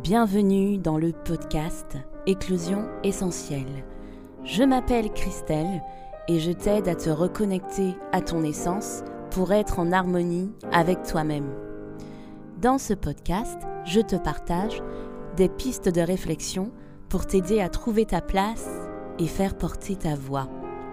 Bienvenue dans le podcast Éclosion essentielle. Je m'appelle Christelle et je t'aide à te reconnecter à ton essence pour être en harmonie avec toi-même. Dans ce podcast, je te partage des pistes de réflexion pour t'aider à trouver ta place et faire porter ta voix.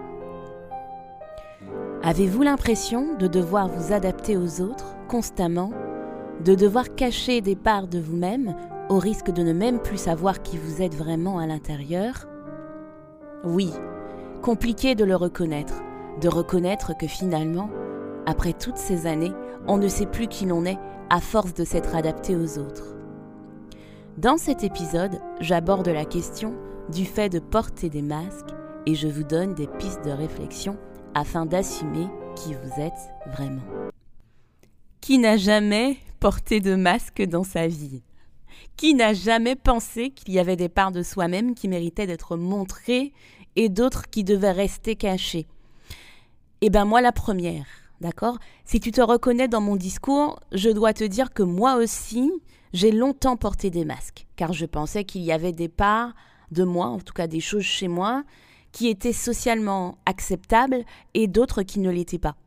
Avez-vous l'impression de devoir vous adapter aux autres constamment, de devoir cacher des parts de vous-même au risque de ne même plus savoir qui vous êtes vraiment à l'intérieur? Oui, compliqué de le reconnaître, de reconnaître que finalement, après toutes ces années, on ne sait plus qui l'on est à force de s'être adapté aux autres. Dans cet épisode, j'aborde la question du fait de porter des masques et je vous donne des pistes de réflexion afin d'assumer qui vous êtes vraiment. Qui n'a jamais porté de masque dans sa vie ? Qui n'a jamais pensé qu'il y avait des parts de soi-même qui méritaient d'être montrées et d'autres qui devaient rester cachées ? Eh bien moi la première, d'accord ? Si tu te reconnais dans mon discours, je dois te dire que moi aussi, j'ai longtemps porté des masques, car je pensais qu'il y avait des parts de moi, en tout cas des choses chez moi, qui étaient socialement acceptables et d'autres qui ne l'étaient pas.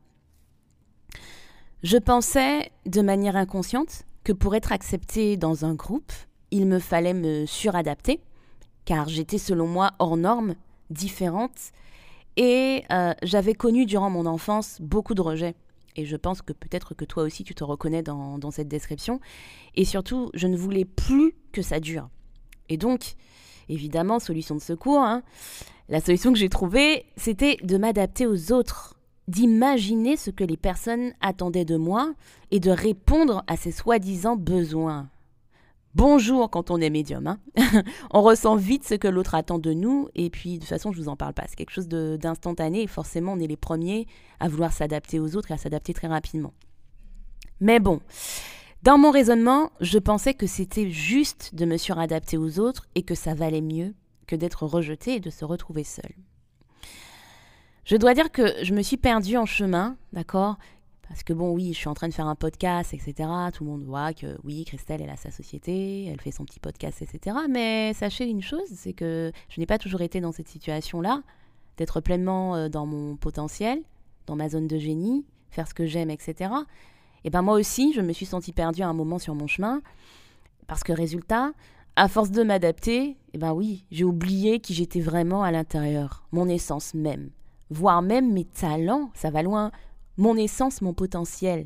Je pensais, de manière inconsciente, que pour être acceptée dans un groupe, il me fallait me suradapter, car j'étais selon moi hors norme, différente, et j'avais connu durant mon enfance beaucoup de rejets. Et je pense que peut-être que toi aussi tu te reconnais dans cette description. Et surtout, je ne voulais plus que ça dure. Et donc, évidemment, solution de secours, la solution que j'ai trouvée, c'était de m'adapter aux autres, d'imaginer ce que les personnes attendaient de moi et de répondre à ces soi-disant besoins. Bonjour quand on est médium, on ressent vite ce que l'autre attend de nous et puis de toute façon je vous en parle pas, c'est quelque chose d'instantané et forcément on est les premiers à vouloir s'adapter aux autres et à s'adapter très rapidement. Mais bon, dans mon raisonnement, je pensais que c'était juste de me suradapter aux autres et que ça valait mieux que d'être rejeté et de se retrouver seul. Je dois dire que je me suis perdue en chemin, d'accord ? Parce que bon, oui, je suis en train de faire un podcast, etc. Tout le monde voit que oui, Christelle, elle a sa société, elle fait son petit podcast, etc. Mais sachez une chose, c'est que je n'ai pas toujours été dans cette situation-là, d'être pleinement dans mon potentiel, dans ma zone de génie, faire ce que j'aime, etc. Et ben moi aussi, je me suis sentie perdue à un moment sur mon chemin, parce que résultat, à force de m'adapter, et ben oui, j'ai oublié qui j'étais vraiment à l'intérieur, mon essence même. Voire même mes talents, ça va loin, mon essence, mon potentiel.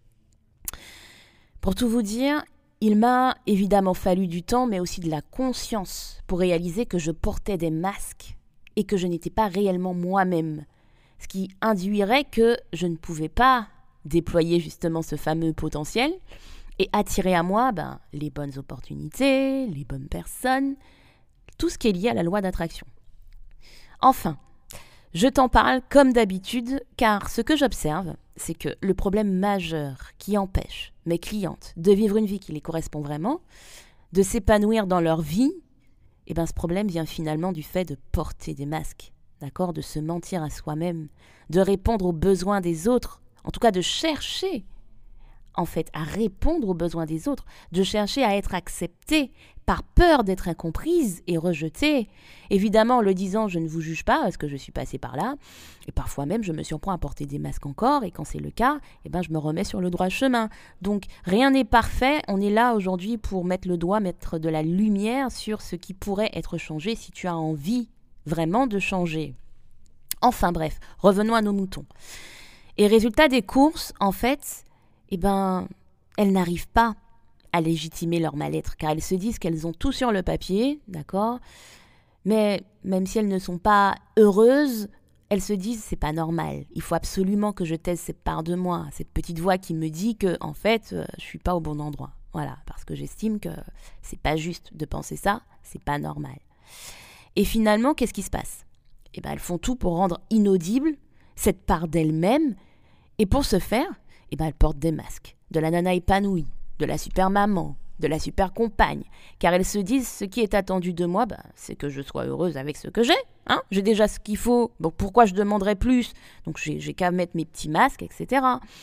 Pour tout vous dire, il m'a évidemment fallu du temps, mais aussi de la conscience pour réaliser que je portais des masques et que je n'étais pas réellement moi-même. Ce qui induirait que je ne pouvais pas déployer justement ce fameux potentiel et attirer à moi les bonnes opportunités, les bonnes personnes, tout ce qui est lié à la loi d'attraction. Enfin, je t'en parle comme d'habitude, car ce que j'observe, c'est que le problème majeur qui empêche mes clientes de vivre une vie qui les correspond vraiment, de s'épanouir dans leur vie, ce problème vient finalement du fait de porter des masques, d'accord, de se mentir à soi-même, de répondre aux besoins des autres, en tout cas de chercher en fait à répondre aux besoins des autres, de chercher à être acceptée par peur d'être incomprise et rejetée. Évidemment, en le disant, je ne vous juge pas parce que je suis passée par là. Et parfois même, je me surprends à porter des masques encore. Et quand c'est le cas, je me remets sur le droit chemin. Donc, rien n'est parfait. On est là aujourd'hui pour mettre le doigt, mettre de la lumière sur ce qui pourrait être changé si tu as envie vraiment de changer. Enfin bref, revenons à nos moutons. Et résultat des courses, en fait, elles n'arrivent pas à légitimer leur mal-être, car elles se disent qu'elles ont tout sur le papier, d'accord ? Mais même si elles ne sont pas heureuses, elles se disent c'est pas normal. Il faut absolument que je taise cette part de moi, cette petite voix qui me dit que en fait, je suis pas au bon endroit. Voilà, parce que j'estime que c'est pas juste de penser ça, c'est pas normal. Et finalement, qu'est-ce qui se passe ? Elles font tout pour rendre inaudible cette part d'elles-mêmes, et pour ce faire, elles portent des masques, de la nana épanouie, de la super maman, de la super compagne, car elles se disent ce qui est attendu de moi, c'est que je sois heureuse avec ce que j'ai, j'ai déjà ce qu'il faut, donc pourquoi je demanderais plus ? Donc j'ai qu'à mettre mes petits masques, etc.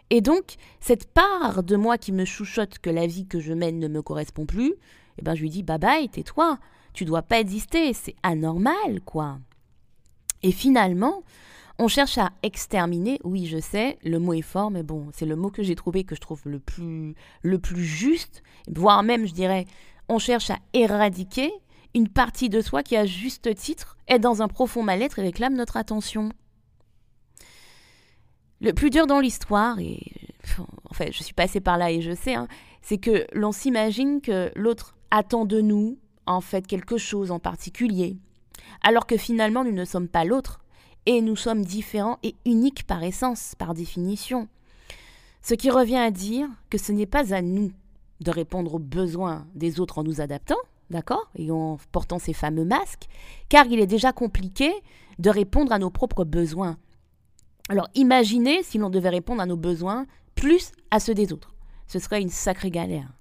Et donc, cette part de moi qui me chuchote que la vie que je mène ne me correspond plus, eh ben, je lui dis bye bye, tais-toi, tu dois pas exister, c'est anormal, quoi. Et finalement, on cherche à exterminer, oui je sais, le mot est fort, mais bon, c'est le mot que j'ai trouvé, que je trouve le plus juste, voire même, je dirais, on cherche à éradiquer une partie de soi qui, à juste titre, est dans un profond mal-être et réclame notre attention. Le plus dur dans l'histoire, et en fait, je suis passée par là et je sais, c'est que l'on s'imagine que l'autre attend de nous, en fait, quelque chose en particulier, alors que finalement, nous ne sommes pas l'autre, et nous sommes différents et uniques par essence, par définition. Ce qui revient à dire que ce n'est pas à nous de répondre aux besoins des autres en nous adaptant, d'accord, et en portant ces fameux masques, car il est déjà compliqué de répondre à nos propres besoins. Alors imaginez si l'on devait répondre à nos besoins plus à ceux des autres. Ce serait une sacrée galère.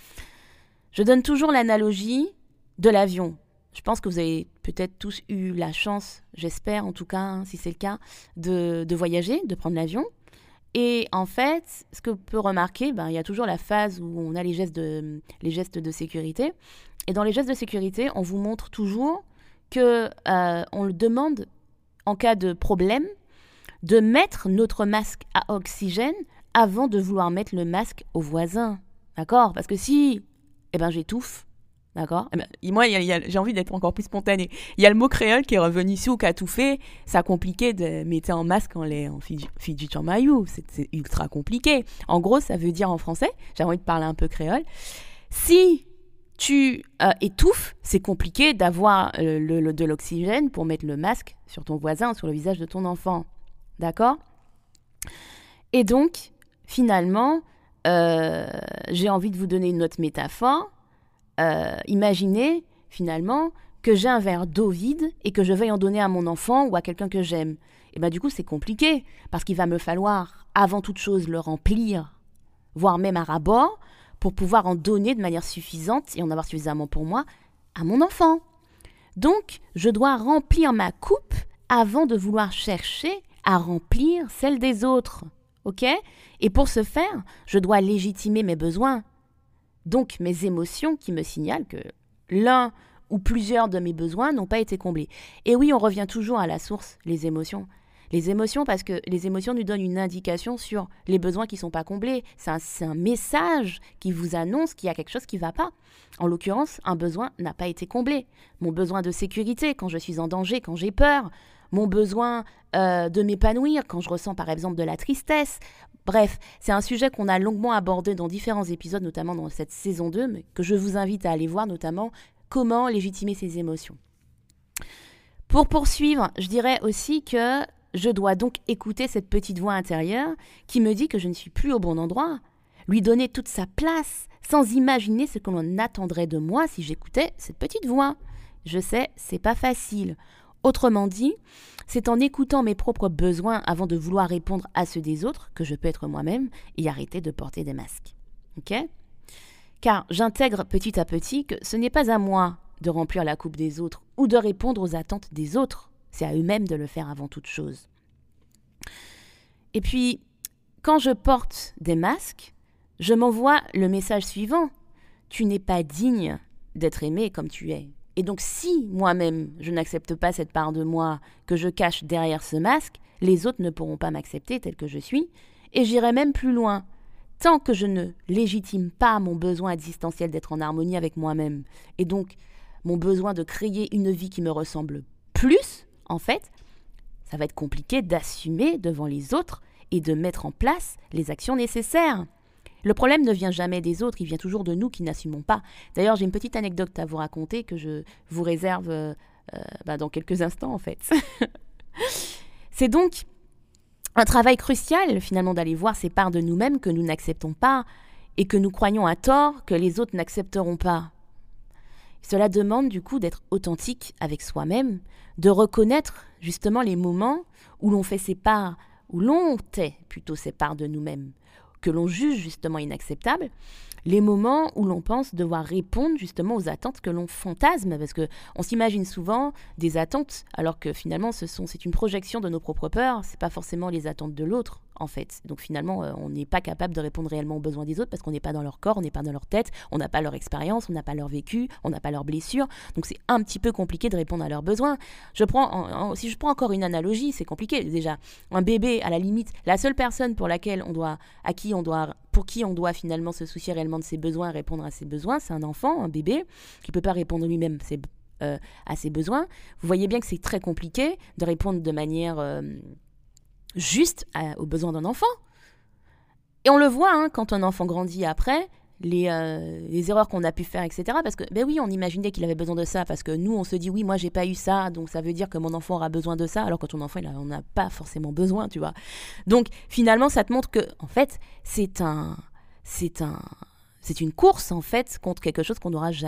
Je donne toujours l'analogie de l'avion. Je pense que vous avez peut-être tous eu la chance, j'espère en tout cas, si c'est le cas, de voyager, de prendre l'avion. Et en fait, ce que vous pouvez remarquer, il y a toujours la phase où on a les gestes de sécurité. Et dans les gestes de sécurité, on vous montre toujours qu'on le demande, en cas de problème, de mettre notre masque à oxygène avant de vouloir mettre le masque au voisin. D'accord ? Parce que si j'étouffe, d'accord ? Moi, j'ai envie d'être encore plus spontanée. Il y a le mot créole qui est revenu ici au catoufé. Ça compliqué de mettre un masque en fiji chamayou. C'est ultra compliqué. En gros, ça veut dire en français, j'ai envie de parler un peu créole, si tu étouffes, c'est compliqué d'avoir de l'oxygène pour mettre le masque sur ton voisin ou sur le visage de ton enfant. D'accord ? Et donc, finalement, j'ai envie de vous donner une autre métaphore. Imaginez, finalement, que j'ai un verre d'eau vide et que je veuille en donner à mon enfant ou à quelqu'un que j'aime. Et du coup, c'est compliqué, parce qu'il va me falloir, avant toute chose, le remplir, voire même à ras-bord, pour pouvoir en donner de manière suffisante et en avoir suffisamment pour moi, à mon enfant. Donc, je dois remplir ma coupe avant de vouloir chercher à remplir celle des autres, ok ? Et pour ce faire, je dois légitimer mes besoins, donc mes émotions qui me signalent que l'un ou plusieurs de mes besoins n'ont pas été comblés. Et oui, on revient toujours à la source, les émotions. Les émotions, parce que les émotions nous donnent une indication sur les besoins qui ne sont pas comblés. C'est un message qui vous annonce qu'il y a quelque chose qui ne va pas. En l'occurrence, un besoin n'a pas été comblé. Mon besoin de sécurité, quand je suis en danger, quand j'ai peur. Mon besoin de m'épanouir, quand je ressens par exemple de la tristesse. Bref, c'est un sujet qu'on a longuement abordé dans différents épisodes, notamment dans cette saison 2, mais que je vous invite à aller voir, notamment comment légitimer ses émotions. Pour poursuivre, je dirais aussi que je dois donc écouter cette petite voix intérieure qui me dit que je ne suis plus au bon endroit, lui donner toute sa place, sans imaginer ce que l'on attendrait de moi si j'écoutais cette petite voix. Je sais, c'est pas facile. Autrement dit, c'est en écoutant mes propres besoins avant de vouloir répondre à ceux des autres que je peux être moi-même et arrêter de porter des masques. Ok ? Car j'intègre petit à petit que ce n'est pas à moi de remplir la coupe des autres ou de répondre aux attentes des autres. C'est à eux-mêmes de le faire avant toute chose. Et puis, quand je porte des masques, je m'envoie le message suivant. Tu n'es pas digne d'être aimé comme tu es. Et donc, si moi-même, je n'accepte pas cette part de moi que je cache derrière ce masque, les autres ne pourront pas m'accepter tel que je suis. Et j'irai même plus loin. Tant que je ne légitime pas mon besoin existentiel d'être en harmonie avec moi-même, et donc mon besoin de créer une vie qui me ressemble plus, en fait, ça va être compliqué d'assumer devant les autres et de mettre en place les actions nécessaires. Le problème ne vient jamais des autres, il vient toujours de nous qui n'assumons pas. D'ailleurs, j'ai une petite anecdote à vous raconter que je vous réserve dans quelques instants, en fait. C'est donc un travail crucial, finalement, d'aller voir ces parts de nous-mêmes que nous n'acceptons pas et que nous croyons à tort que les autres n'accepteront pas. Cela demande, du coup, d'être authentique avec soi-même, de reconnaître, justement, les moments où l'on fait ses parts, où l'on tait plutôt ses parts de nous-mêmes, que l'on juge justement inacceptables, les moments où l'on pense devoir répondre justement aux attentes que l'on fantasme, parce qu'on s'imagine souvent des attentes, alors que finalement c'est une projection de nos propres peurs, c'est pas forcément les attentes de l'autre en fait. Donc finalement, on n'est pas capable de répondre réellement aux besoins des autres parce qu'on n'est pas dans leur corps, on n'est pas dans leur tête, on n'a pas leur expérience, on n'a pas leur vécu, on n'a pas leurs blessures. Donc c'est un petit peu compliqué de répondre à leurs besoins. Si je prends encore une analogie, c'est compliqué déjà. Un bébé, à la limite, la seule personne pour qui on doit finalement se soucier réellement de ses besoins, répondre à ses besoins, c'est un enfant, un bébé, qui ne peut pas répondre lui-même à ses besoins. Vous voyez bien que c'est très compliqué de répondre de manière juste aux besoins d'un enfant. Et on le voit quand un enfant grandit après, les erreurs qu'on a pu faire, etc. Parce que, oui, on imaginait qu'il avait besoin de ça, parce que nous, on se dit, oui, moi, j'ai pas eu ça, donc ça veut dire que mon enfant aura besoin de ça, alors que ton enfant, il en a pas forcément besoin, tu vois. Donc, finalement, ça te montre que, en fait, c'est une course, en fait, contre quelque chose qu'on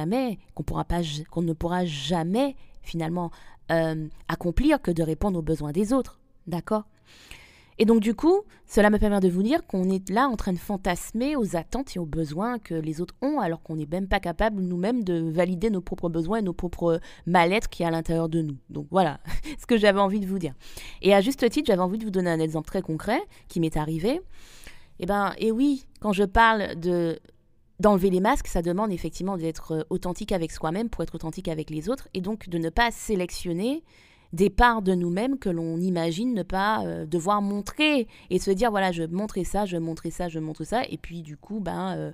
ne pourra jamais, finalement, accomplir que de répondre aux besoins des autres. D'accord ? Et donc, du coup, cela me permet de vous dire qu'on est là en train de fantasmer aux attentes et aux besoins que les autres ont, alors qu'on n'est même pas capable nous-mêmes de valider nos propres besoins et nos propres mal-être qui est à l'intérieur de nous. Donc voilà ce que j'avais envie de vous dire. Et à juste titre, j'avais envie de vous donner un exemple très concret qui m'est arrivé. Et oui, quand je parle d'enlever les masques, ça demande effectivement d'être authentique avec soi-même pour être authentique avec les autres, et donc de ne pas sélectionner des parts de nous-mêmes que l'on imagine ne pas devoir montrer, et se dire, voilà, je montrais ça, je montrais ça, je montre ça, et puis du coup,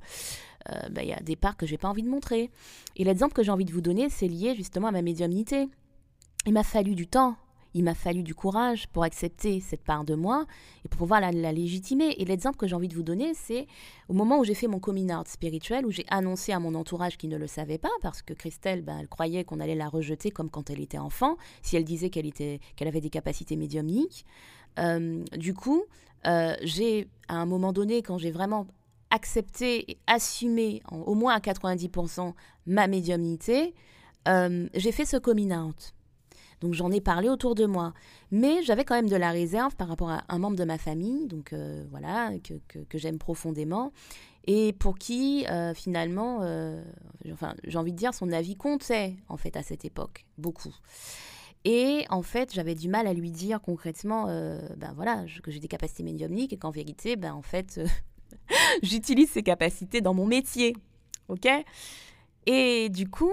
y a des parts que je n'ai pas envie de montrer. Et l'exemple que j'ai envie de vous donner, c'est lié justement à ma médiumnité. Il m'a fallu du temps. Il m'a fallu du courage pour accepter cette part de moi et pour pouvoir la légitimer. Et l'exemple que j'ai envie de vous donner, c'est au moment où j'ai fait mon coming out spirituel, où j'ai annoncé à mon entourage qui ne le savait pas, parce que Christelle, elle croyait qu'on allait la rejeter comme quand elle était enfant, si elle disait qu'elle avait des capacités médiumniques. Du coup, j'ai, à un moment donné, quand j'ai vraiment accepté et assumé, au moins à 90%, ma médiumnité, j'ai fait ce coming out. Donc j'en ai parlé autour de moi. Mais j'avais quand même de la réserve par rapport à un membre de ma famille, donc voilà, que j'aime profondément, et pour qui, finalement, j'ai envie de dire, son avis comptait, en fait, à cette époque, beaucoup. Et en fait, j'avais du mal à lui dire concrètement que j'ai des capacités médiumniques et qu'en vérité, en fait, j'utilise ces capacités dans mon métier. OK ? Et du coup,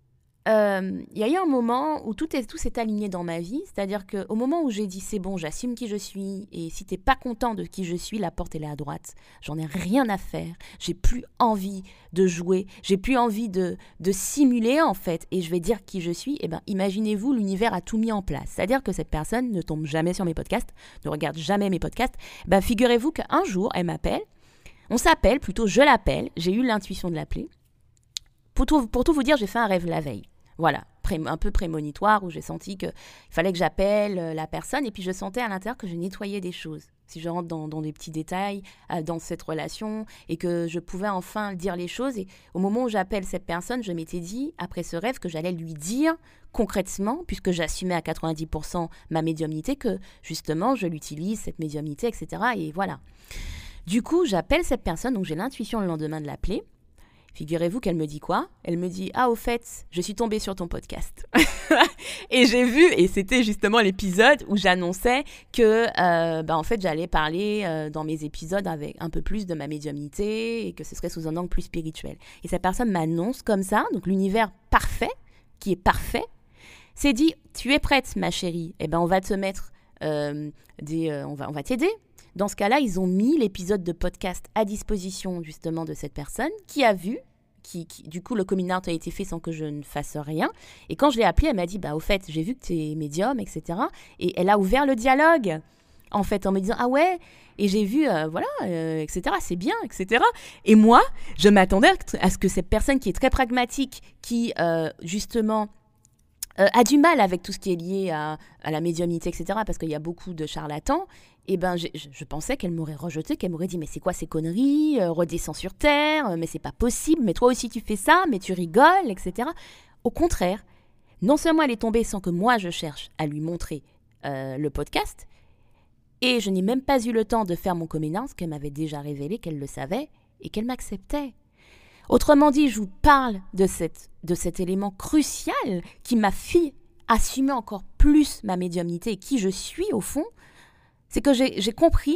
y a eu un moment où tout s'est aligné dans ma vie, c'est-à-dire qu'au moment où j'ai dit c'est bon, j'assume qui je suis, et si t'es pas content de qui je suis, la porte elle est à droite, j'en ai rien à faire, j'ai plus envie de jouer, j'ai plus envie de simuler en fait, et je vais dire qui je suis, imaginez-vous, l'univers a tout mis en place, c'est-à-dire que cette personne ne tombe jamais sur mes podcasts, ne regarde jamais mes podcasts, figurez-vous qu'un jour elle m'appelle, je l'appelle, j'ai eu l'intuition de l'appeler, pour tout vous dire, j'ai fait un rêve la veille. Voilà, un peu prémonitoire, où j'ai senti qu'il fallait que j'appelle la personne, et puis je sentais à l'intérieur que je nettoyais des choses. Si je rentre dans des petits détails dans cette relation, et que je pouvais enfin dire les choses, et au moment où j'appelle cette personne, je m'étais dit, après ce rêve, que j'allais lui dire concrètement, puisque j'assumais à 90% ma médiumnité, que justement, je l'utilise, cette médiumnité, etc. Et voilà. Du coup, j'appelle cette personne, donc j'ai l'intuition le lendemain de l'appeler. Figurez-vous qu'elle me dit quoi ? Elle me dit « Ah, au fait, je suis tombée sur ton podcast. » Et j'ai vu, et c'était justement l'épisode où j'annonçais que en fait, j'allais parler dans mes épisodes avec un peu plus de ma médiumnité et que ce serait sous un angle plus spirituel. Et cette personne m'annonce comme ça, donc l'univers parfait, qui est parfait, s'est dit « Tu es prête, ma chérie ? On va te mettre on va t'aider. » Dans ce cas-là, ils ont mis l'épisode de podcast à disposition justement de cette personne qui a vu, du coup, le coming out a été fait sans que je ne fasse rien. Et quand je l'ai appelée, elle m'a dit, au fait, j'ai vu que tu es médium, etc. Et elle a ouvert le dialogue, en fait, en me disant, ah ouais, et j'ai vu, etc., c'est bien, etc. Et moi, je m'attendais à ce que cette personne qui est très pragmatique, qui, justement, a du mal avec tout ce qui est lié à la médiumnité, etc., parce qu'il y a beaucoup de charlatans, je pensais qu'elle m'aurait rejeté, qu'elle m'aurait dit « Mais c'est quoi ces conneries ? Redescends sur terre, mais c'est pas possible, mais toi aussi tu fais ça, mais tu rigoles, etc. » Au contraire, non seulement elle est tombée sans que moi je cherche à lui montrer le podcast, et je n'ai même pas eu le temps de faire mon coming out, qu'elle m'avait déjà révélé, qu'elle le savait, et qu'elle m'acceptait. Autrement dit, je vous parle de cet élément crucial qui m'a fait assumer encore plus ma médiumnité et qui je suis au fond. C'est que j'ai compris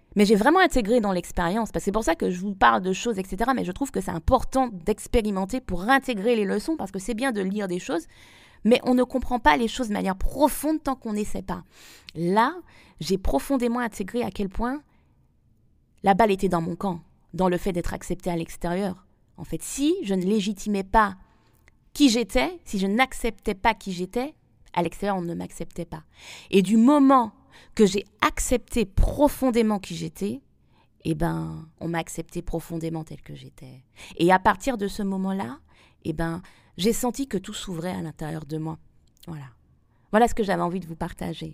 Mais j'ai vraiment intégré dans l'expérience, parce que c'est pour ça que je vous parle de choses, etc. Mais je trouve que c'est important d'expérimenter pour intégrer les leçons, parce que c'est bien de lire des choses, mais on ne comprend pas les choses de manière profonde tant qu'on n'essaie pas. Là, j'ai profondément intégré à quel point la balle était dans mon camp, dans le fait d'être accepté à l'extérieur. En fait, si je ne légitimais pas qui j'étais, si je n'acceptais pas qui j'étais, à l'extérieur, on ne m'acceptait pas. Et du moment que j'ai accepté profondément qui j'étais, eh ben, on m'a accepté profondément tel que j'étais. Et à partir de ce moment-là, eh ben, j'ai senti que tout s'ouvrait à l'intérieur de moi. Voilà. Voilà ce que j'avais envie de vous partager.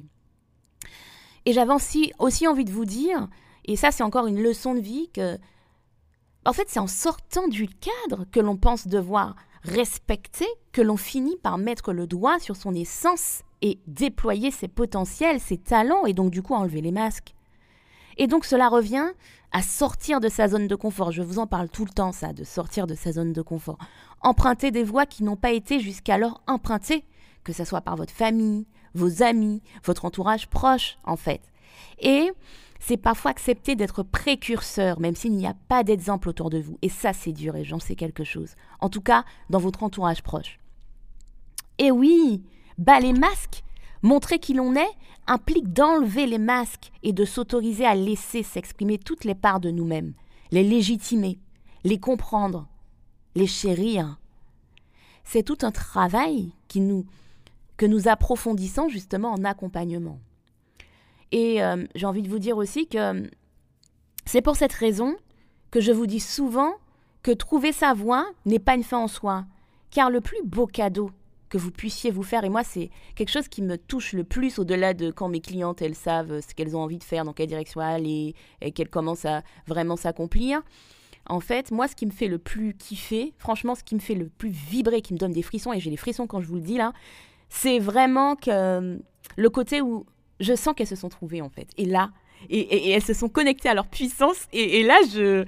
Et j'avais aussi envie de vous dire, et ça c'est encore une leçon de vie, que en fait c'est en sortant du cadre que l'on pense devoir respecter, que l'on finit par mettre le doigt sur son essence et déployer ses potentiels, ses talents, et donc du coup enlever les masques. Et donc cela revient à sortir de sa zone de confort. Je vous en parle tout le temps, ça, de sortir de sa zone de confort. Emprunter des voies qui n'ont pas été jusqu'alors empruntées, que ce soit par votre famille, vos amis, votre entourage proche, en fait. Et c'est parfois accepter d'être précurseur, même s'il n'y a pas d'exemple autour de vous. Et ça, c'est dur, et j'en sais quelque chose. En tout cas, dans votre entourage proche. Et oui, bas les masques, montrer qui l'on est implique d'enlever les masques et de s'autoriser à laisser s'exprimer toutes les parts de nous-mêmes, les légitimer, les comprendre, les chérir. C'est tout un travail que nous approfondissons justement en accompagnement. Et j'ai envie de vous dire aussi que c'est pour cette raison que je vous dis souvent que trouver sa voie n'est pas une fin en soi, car le plus beau cadeau que vous puissiez vous faire, et moi c'est quelque chose qui me touche le plus au-delà de quand mes clientes elles savent ce qu'elles ont envie de faire, dans quelle direction aller et qu'elles commencent à vraiment s'accomplir. En fait, moi ce qui me fait le plus kiffer, franchement ce qui me fait le plus vibrer, qui me donne des frissons, et j'ai des frissons quand je vous le dis là, c'est vraiment que le côté où je sens qu'elles se sont trouvées en fait. Et là, et elles se sont connectées à leur puissance, et là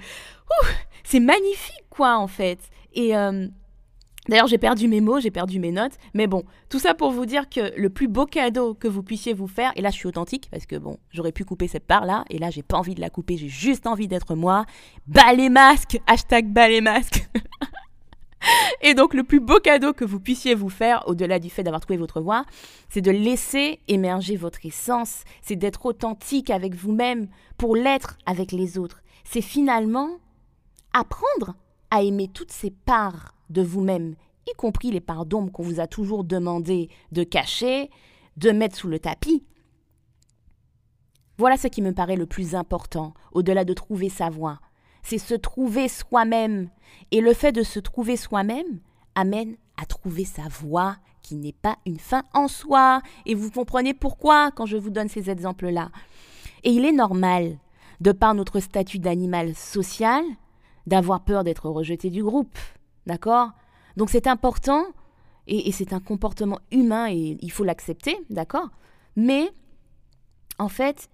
c'est magnifique quoi en fait. Et d'ailleurs, j'ai perdu mes mots, j'ai perdu mes notes. Mais bon, tout ça pour vous dire que le plus beau cadeau que vous puissiez vous faire, et là je suis authentique, parce que bon, j'aurais pu couper cette part-là, et là j'ai pas envie de la couper, j'ai juste envie d'être moi. Bas les masques, hashtag bas les masques. Et donc le plus beau cadeau que vous puissiez vous faire, au-delà du fait d'avoir trouvé votre voie, c'est de laisser émerger votre essence, c'est d'être authentique avec vous-même pour l'être avec les autres. C'est finalement apprendre à aimer toutes ces parts de vous-même, y compris les parts d'ombre qu'on vous a toujours demandé de cacher, de mettre sous le tapis. Voilà ce qui me paraît le plus important, au-delà de trouver sa voie. C'est se trouver soi-même. Et le fait de se trouver soi-même amène à trouver sa voie, qui n'est pas une fin en soi. Et vous comprenez pourquoi quand je vous donne ces exemples-là. Et il est normal, de par notre statut d'animal social, d'avoir peur d'être rejeté du groupe. D'accord ? Donc c'est important, et c'est un comportement humain, et il faut l'accepter, d'accord ? Mais, en fait,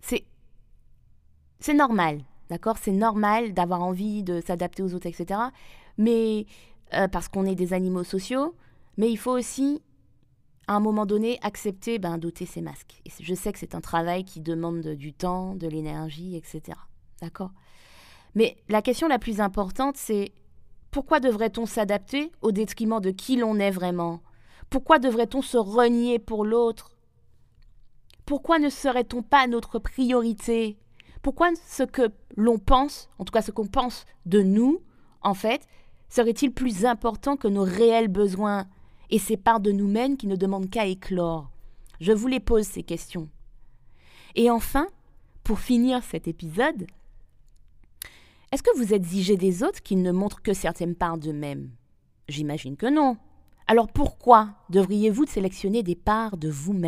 c'est normal, d'accord ? C'est normal d'avoir envie de s'adapter aux autres, etc. Mais, parce qu'on est des animaux sociaux, mais il faut aussi, à un moment donné, accepter d'ôter ses masques. Et je sais que c'est un travail qui demande du temps, de l'énergie, etc. D'accord ? Mais la question la plus importante, c'est: pourquoi devrait-on s'adapter au détriment de qui l'on est vraiment ? Pourquoi devrait-on se renier pour l'autre ? Pourquoi ne serait-on pas notre priorité ? Pourquoi ce que l'on pense, en tout cas ce qu'on pense de nous, en fait, serait-il plus important que nos réels besoins et ces parts de nous-mêmes qui ne demandent qu'à éclore ? Je vous les pose, ces questions. Et enfin, pour finir cet épisode, est-ce que vous exigez des autres qu'ils ne montrent que certaines parts d'eux-mêmes ? J'imagine que non. Alors pourquoi devriez-vous sélectionner des parts de vous-même ?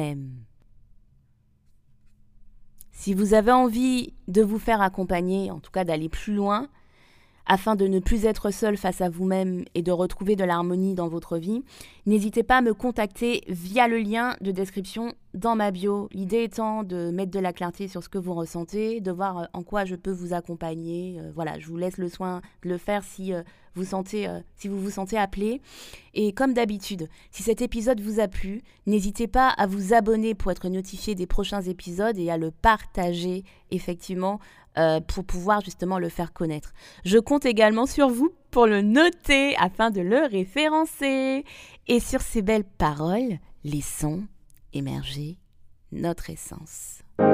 Si vous avez envie de vous faire accompagner, en tout cas d'aller plus loin, afin de ne plus être seul face à vous-même et de retrouver de l'harmonie dans votre vie, n'hésitez pas à me contacter via le lien de description dans ma bio. L'idée étant de mettre de la clarté sur ce que vous ressentez, de voir en quoi je peux vous accompagner. Voilà, je vous laisse le soin de le faire si vous vous sentez appelé. Et comme d'habitude, si cet épisode vous a plu, n'hésitez pas à vous abonner pour être notifié des prochains épisodes et à le partager effectivement pour pouvoir justement le faire connaître. Je compte également sur vous pour le noter afin de le référencer. Et sur ces belles paroles, laissons émerger notre essence.